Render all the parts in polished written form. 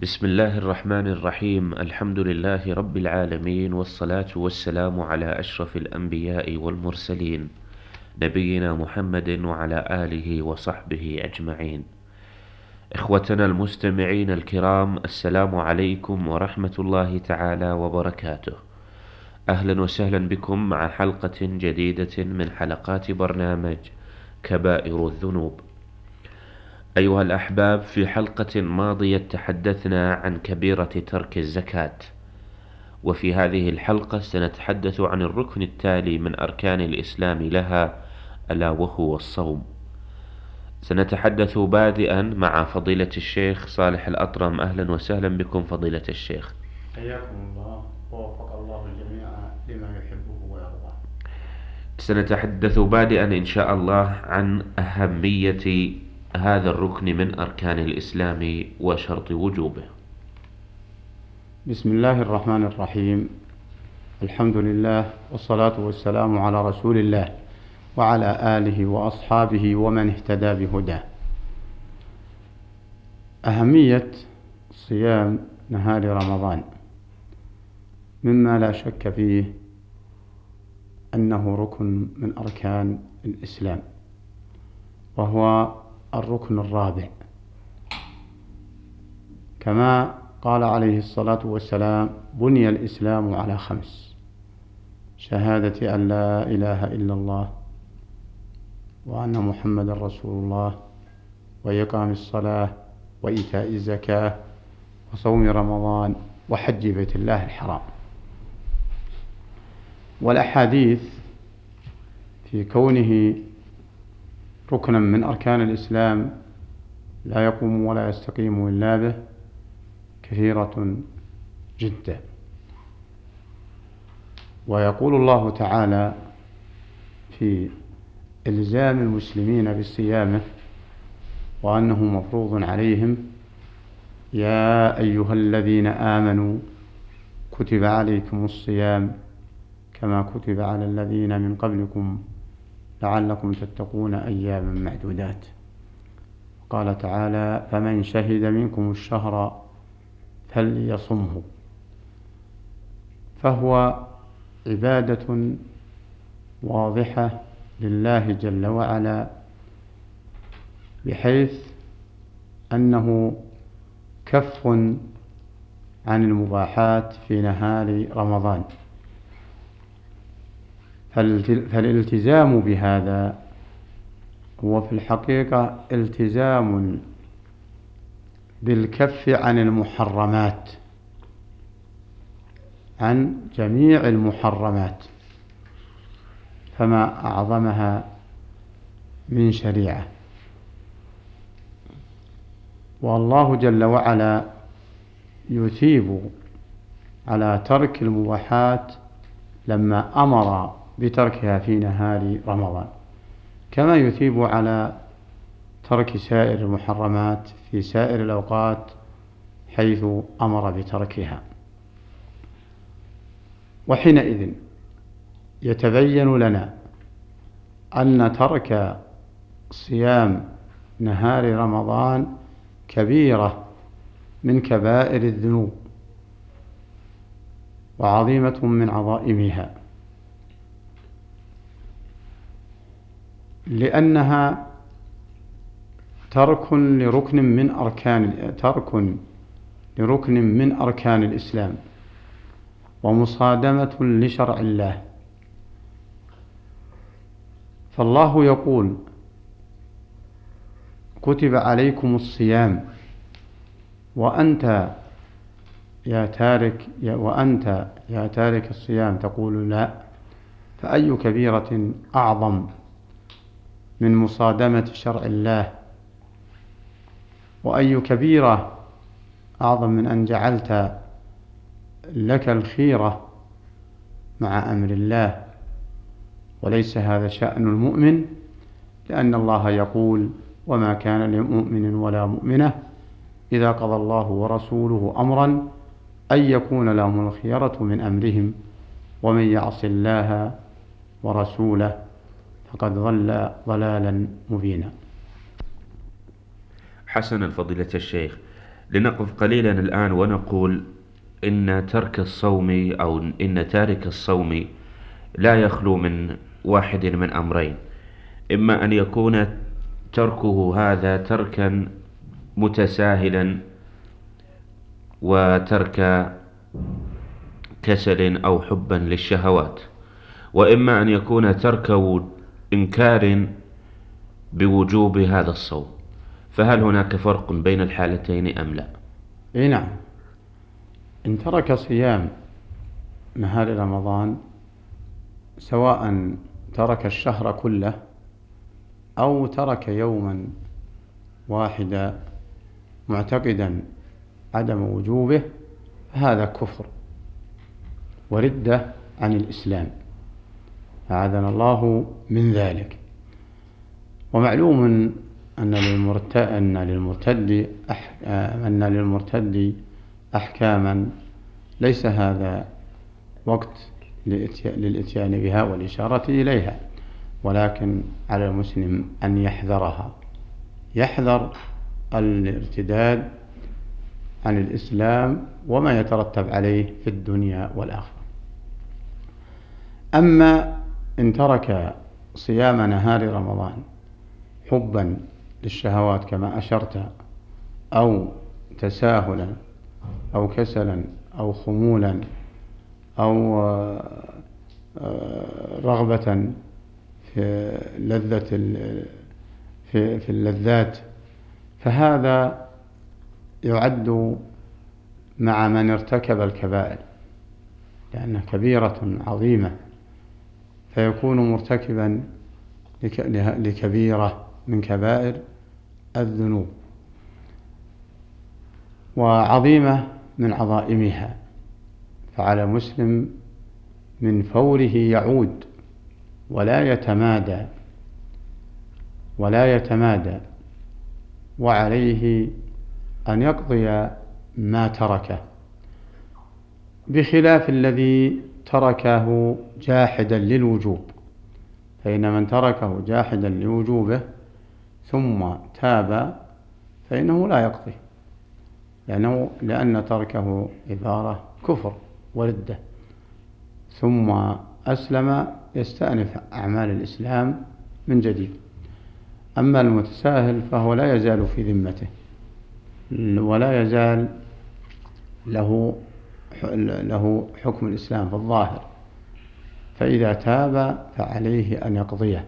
بسم الله الرحمن الرحيم. الحمد لله رب العالمين، والصلاة والسلام على أشرف الأنبياء والمرسلين، نبينا محمد وعلى آله وصحبه أجمعين. إخوتنا المستمعين الكرام، السلام عليكم ورحمة الله تعالى وبركاته. أهلا وسهلا بكم مع حلقة جديدة من حلقات برنامج كبائر الذنوب. أيها الأحباب، في حلقة ماضية تحدثنا عن كبيرة ترك الزكاة، وفي هذه الحلقة سنتحدث عن الركن التالي من أركان الإسلام لها، ألا وهو الصوم. سنتحدث بادئا مع فضيلة الشيخ صالح الأطرم. أهلا وسهلا بكم فضيلة الشيخ. حياكم الله ووفق الله الجميع لما يحبه ويرضاه. سنتحدث بادئا إن شاء الله عن أهمية هذا الركن من أركان الإسلام وشرط وجوبه. بسم الله الرحمن الرحيم. الحمد لله والصلاة والسلام على رسول الله وعلى آله وأصحابه ومن اهتدى بهداه. أهمية صيام نهار رمضان مما لا شك فيه أنه ركن من أركان الإسلام، وهو الركن الرابع، كما قال عليه الصلاة والسلام: بني الإسلام على 5: شهادة أن لا إله إلا الله وأن محمد رسول الله، وإقام الصلاة، وإيتاء الزكاة، وصوم رمضان، وحج بيت الله الحرام. والأحاديث في كونه ركنا من أركان الإسلام لا يقوم ولا يستقيم إلا به كثيرة جدا. ويقول الله تعالى في إلزام المسلمين بصيامه وأنه مفروض عليهم: يا أيها الذين آمنوا كتب عليكم الصيام كما كتب على الذين من قبلكم لعلكم تتقون أياما معدودات. قال تعالى: فمن شهد منكم الشهر فليصمه. فهو عبادة واضحة لله جل وعلا، بحيث أنه كف عن المباحات في نهار رمضان. فالالتزام بهذا هو في الحقيقة التزام بالكف عن المحرمات، عن جميع المحرمات، فما أعظمها من شريعة. والله جل وعلا يثيب على ترك المباحات لما أمر بتركها في نهار رمضان، كما يثيب على ترك سائر المحرمات في سائر الأوقات حيث أمر بتركها. وحينئذ يتبين لنا أن ترك صيام نهار رمضان كبيرة من كبائر الذنوب وعظيمة من عظائمها، لأنها ترك لركن من أركان الإسلام، ومصادمة لشرع الله. فالله يقول: كتب عليكم الصيام، وأنت يا تارك الصيام تقول لا. فأي كبيرة أعظم من مصادمة شرع الله؟ وأي كبيرة أعظم من أن جعلت لك الخيرة مع أمر الله؟ وليس هذا شأن المؤمن، لأن الله يقول: وما كان لمؤمن ولا مؤمنة إذا قضى الله ورسوله أمرا أن يكون لهم الخيرة من أمرهم ومن يعص الله ورسوله فقد ضل ضلالا مبينا. حسنا فضيلة الشيخ، لنقف قليلا الآن ونقول إن ترك الصوم أو إن تارك الصوم لا يخلو من واحد من أمرين: إما أن يكون تركه هذا تركا متساهلا وترك كسل أو حبا للشهوات، وإما أن يكون ترك إنكار بوجوب هذا الصوم. فهل هناك فرق بين الحالتين أم لا؟ نعم، إن ترك صيام نهار رمضان، سواء ترك الشهر كله أو ترك يوما واحدا معتقدا عدم وجوبه، فهذا كفر وردة عن الإسلام، أعاذنا الله من ذلك. ومعلوم أن للمرتد أحكاما ليس هذا وقت للإتيان بها والإشارة إليها، ولكن على المسلم أن يحذرها، يحذر الارتداد عن الإسلام وما يترتب عليه في الدنيا والآخرة. أما إن ترك صيام نهار رمضان حبا للشهوات كما أشرت، أو تساهلا أو كسلا أو خمولا أو رغبة في لذة في اللذات، فهذا يعد مع من ارتكب الكبائر، لأنها كبيرة عظيمة، فيكون مرتكبا لكبيرة من كبائر الذنوب وعظيمة من عظائمها. فعلى مسلم من فوره يعود ولا يتمادى، وعليه أن يقضي ما تركه، بخلاف الذي تركه جاحدا للوجوب، فإن من تركه جاحدا لوجوبه ثم تاب فإنه لا يقضي، لأن تركه عبارة كفر وردة، ثم أسلم يستأنف أعمال الإسلام من جديد. أما المتساهل فهو لا يزال في ذمته ولا يزال له حكم الإسلام في الظاهر، فإذا تاب فعليه أن يقضيه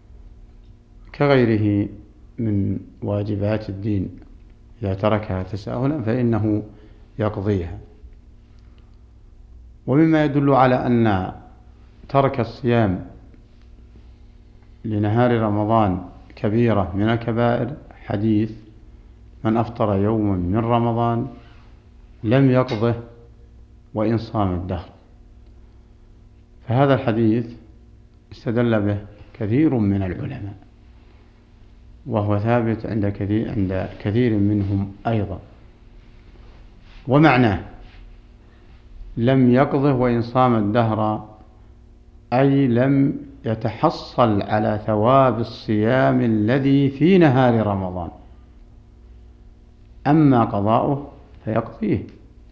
كغيره من واجبات الدين، إذا تركها تساهلا فإنه يقضيها. ومما يدل على أن ترك الصيام لنهار رمضان كبيرة من الكبائر حديث: من أفطر يوما من رمضان لم يقضه وإن صام الدهر. فهذا الحديث استدل به كثير من العلماء، وهو ثابت عند كثير منهم أيضا. ومعناه لم يقضه وإن صام الدهر، أي لم يتحصل على ثواب الصيام الذي في نهار رمضان. أما قضاؤه فيقضيه،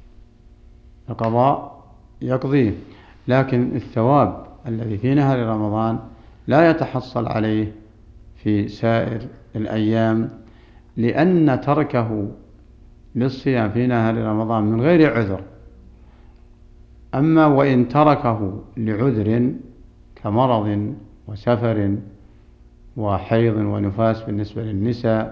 القضاء يقضيه، لكن الثواب الذي في نهار رمضان لا يتحصل عليه في سائر الأيام، لأن تركه للصيام في نهار رمضان من غير عذر. أما وإن تركه لعذر كمرض وسفر وحيض ونفاس بالنسبة للنساء،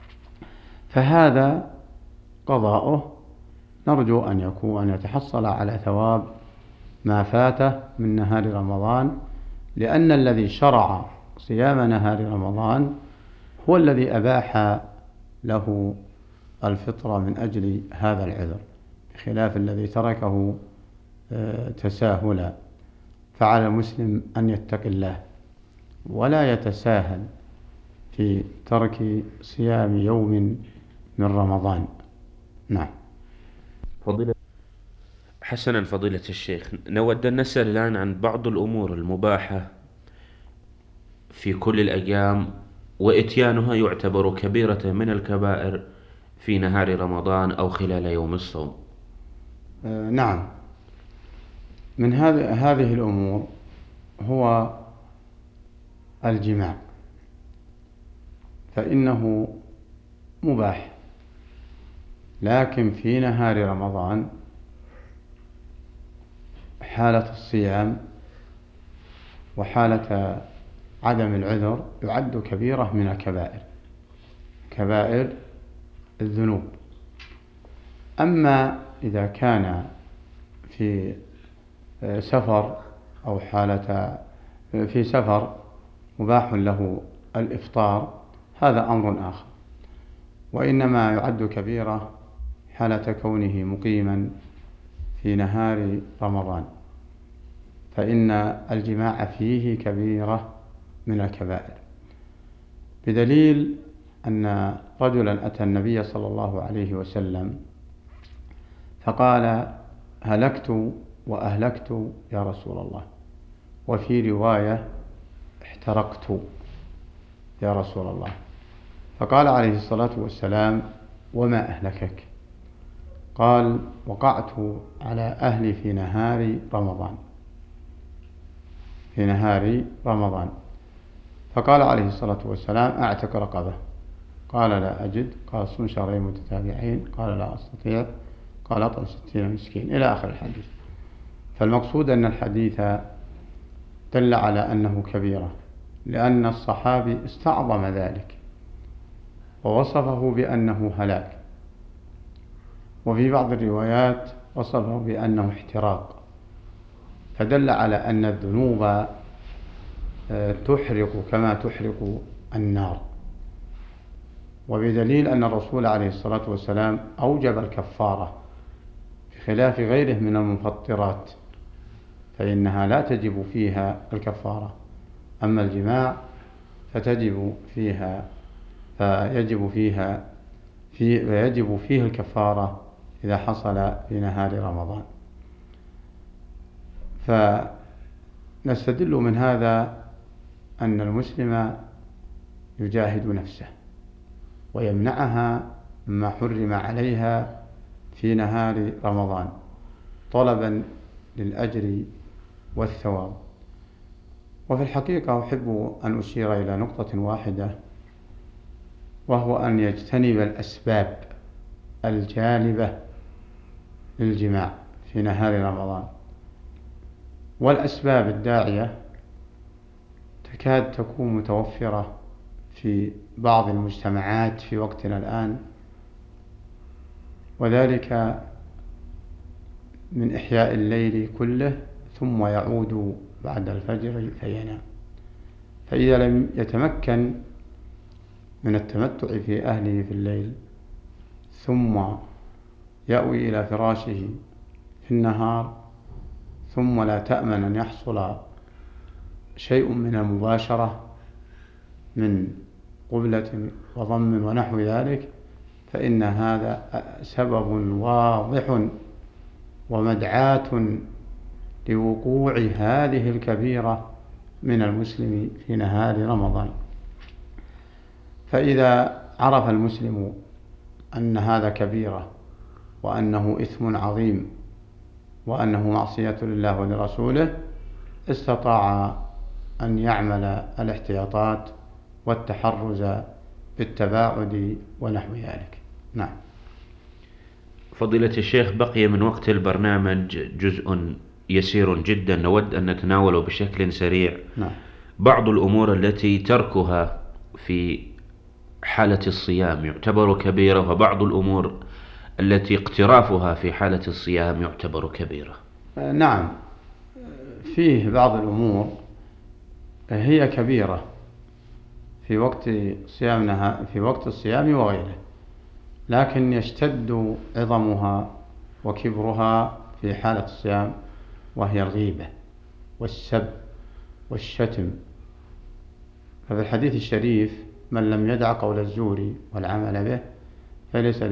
فهذا قضاؤه نرجو أن يتحصل على ثواب ما فاته من نهار رمضان، لأن الذي شرع صيام نهار رمضان هو الذي أباح له الفطرة من أجل هذا العذر، بخلاف الذي تركه تساهلا. فعلى المسلم أن يتقي الله ولا يتساهل في ترك صيام يوم من رمضان. نعم. حسنا فضيلة الشيخ، نود أن نسأل الآن عن بعض الأمور المباحة في كل الأيام، وإتيانها يعتبر كبيرة من الكبائر في نهار رمضان أو خلال يوم الصوم؟ نعم، من هذه الأمور هو الجماع، فإنه مباح، لكن في نهار رمضان حالة الصيام وحالة عدم العذر يعد كبيرة من الكبائر، كبائر الذنوب. أما إذا كان في سفر أو في سفر مباح له الإفطار، هذا أمر آخر، وإنما يعد كبيرة حالة كونه مقيما في نهار رمضان، فإن الجماع فيه كبيرة من الكبائر، بدليل أن رجلا أتى النبي صلى الله عليه وسلم فقال: هلكت وأهلكت يا رسول الله، وفي رواية: احترقت يا رسول الله. فقال عليه الصلاة والسلام: وما أهلكك؟ قال: وقعت على أهلي في نهار رمضان. فقال عليه الصلاة والسلام: أعتق رقبة. قال: لا أجد. قال: صم شهرين متتابعين. قال: لا أستطيع. قال: أطعم 60 مسكين، إلى آخر الحديث. فالمقصود أن الحديث دل على أنه كبيرة، لأن الصحابي استعظم ذلك ووصفه بأنه هلاك، وفي بعض الروايات وصفه بأنه احتراق، فدل على أن الذنوب تحرق كما تحرق النار، وبدليل أن الرسول عليه الصلاة والسلام أوجب الكفارة بخلاف غيره من المفطرات، فإنها لا تجب فيها الكفارة. أما الجماع فيجب فيه الكفارة إذا حصل في نهار رمضان. فنستدل من هذا أن المسلم يجاهد نفسه ويمنعها مما حرم عليها في نهار رمضان طلبا للأجر والثواب. وفي الحقيقة أحب أن أشير إلى نقطة واحدة، وهو أن يجتنب الأسباب الجالبة للجماع في نهار رمضان. والأسباب الداعية تكاد تكون متوفرة في بعض المجتمعات في وقتنا الآن، وذلك من إحياء الليل كله ثم يعود بعد الفجر فينام، فإذا لم يتمكن من التمتع في أهله في الليل ثم يأوي إلى فراشه في النهار، ثم لا تأمن أن يحصل شيء من المباشرة من قبلة وضم ونحو ذلك، فإن هذا سبب واضح ومدعاة لوقوع هذه الكبيرة من المسلم في نهار رمضان. فإذا عرف المسلم أن هذا كبيرة وأنه إثم عظيم وأنه معصية لله ولرسوله، استطاع أن يعمل الاحتياطات والتحرز بالتباعد ونحو ذلك. نعم. فضيلة الشيخ، بقي من وقت البرنامج جزء يسير جدا نود أن نتناوله بشكل سريع. نعم. بعض الأمور التي تركها في حالة الصيام يعتبر كبيرة، وبعض الأمور التي اقترافها في حالة الصيام يعتبر كبيرة. نعم، فيه بعض الأمور هي كبيرة في وقت الصيام وغيره، لكن يشتد عظمها وكبرها في حالة الصيام، وهي الغيبة والسب والشتم. ففي الحديث الشريف: من لم يدع قول الزور والعمل به فليس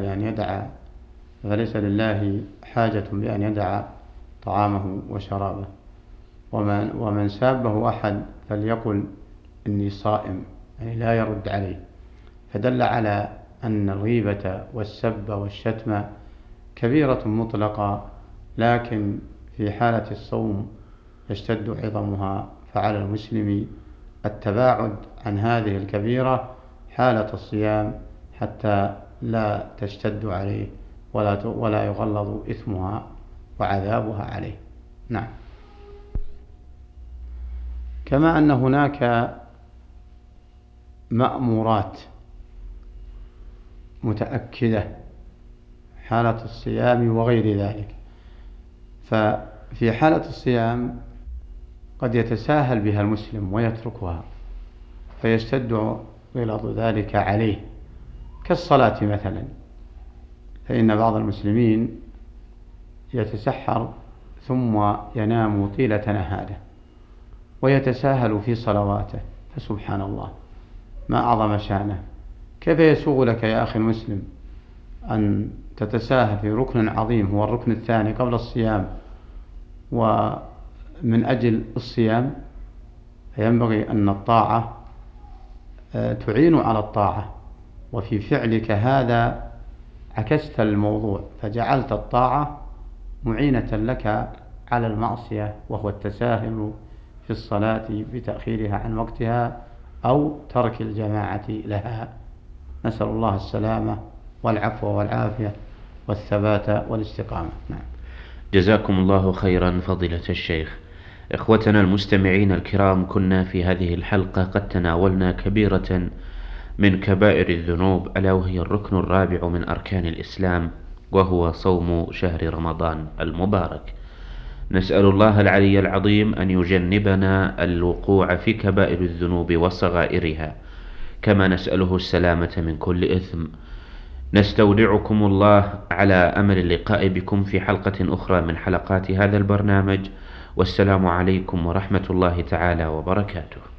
لله حاجة بأن يدع طعامه وشرابه، ومن سابه أحد فليقل إني صائم، يعني لا يرد عليه. فدل على أن الغيبة والسب والشتم كبيرة مطلقة، لكن في حالة الصوم يشتد عظمها، فعلى المسلم التباعد عن هذه الكبيرة حالة الصيام حتى لا تشتد عليه ولا يغلظ إثمها وعذابها عليه. نعم. كما أن هناك مأمورات متأكدة حالة الصيام وغير ذلك، ففي حالة الصيام قد يتساهل بها المسلم ويتركها فيشتد غلظ ذلك عليه، كالصلاة مثلا، فإن بعض المسلمين يتسحر ثم ينام طيلة نهاره ويتساهل في صلواته، فسبحان الله ما أعظم شأنه. كيف يسوغ لك يا أخي المسلم أن تتساهل في ركن عظيم هو الركن الثاني قبل الصيام ومن أجل الصيام؟ فينبغي أن الطاعة تعين على الطاعة، وفي فعلك هذا عكست الموضوع فجعلت الطاعة معينة لك على المعصية، وهو التساهل في الصلاة بتأخيرها عن وقتها أو ترك الجماعة لها. نسأل الله السلامة والعفو والعافية والثبات والاستقامة. نعم. جزاكم الله خيرا فضيلة الشيخ. إخوتنا المستمعين الكرام، كنا في هذه الحلقة قد تناولنا كبيرة من كبائر الذنوب، ألا وهي الركن الرابع من أركان الإسلام، وهو صوم شهر رمضان المبارك. نسأل الله العلي العظيم أن يجنبنا الوقوع في كبائر الذنوب وصغائرها، كما نسأله السلامة من كل إثم. نستودعكم الله على أمل اللقاء بكم في حلقة أخرى من حلقات هذا البرنامج، والسلام عليكم ورحمة الله تعالى وبركاته.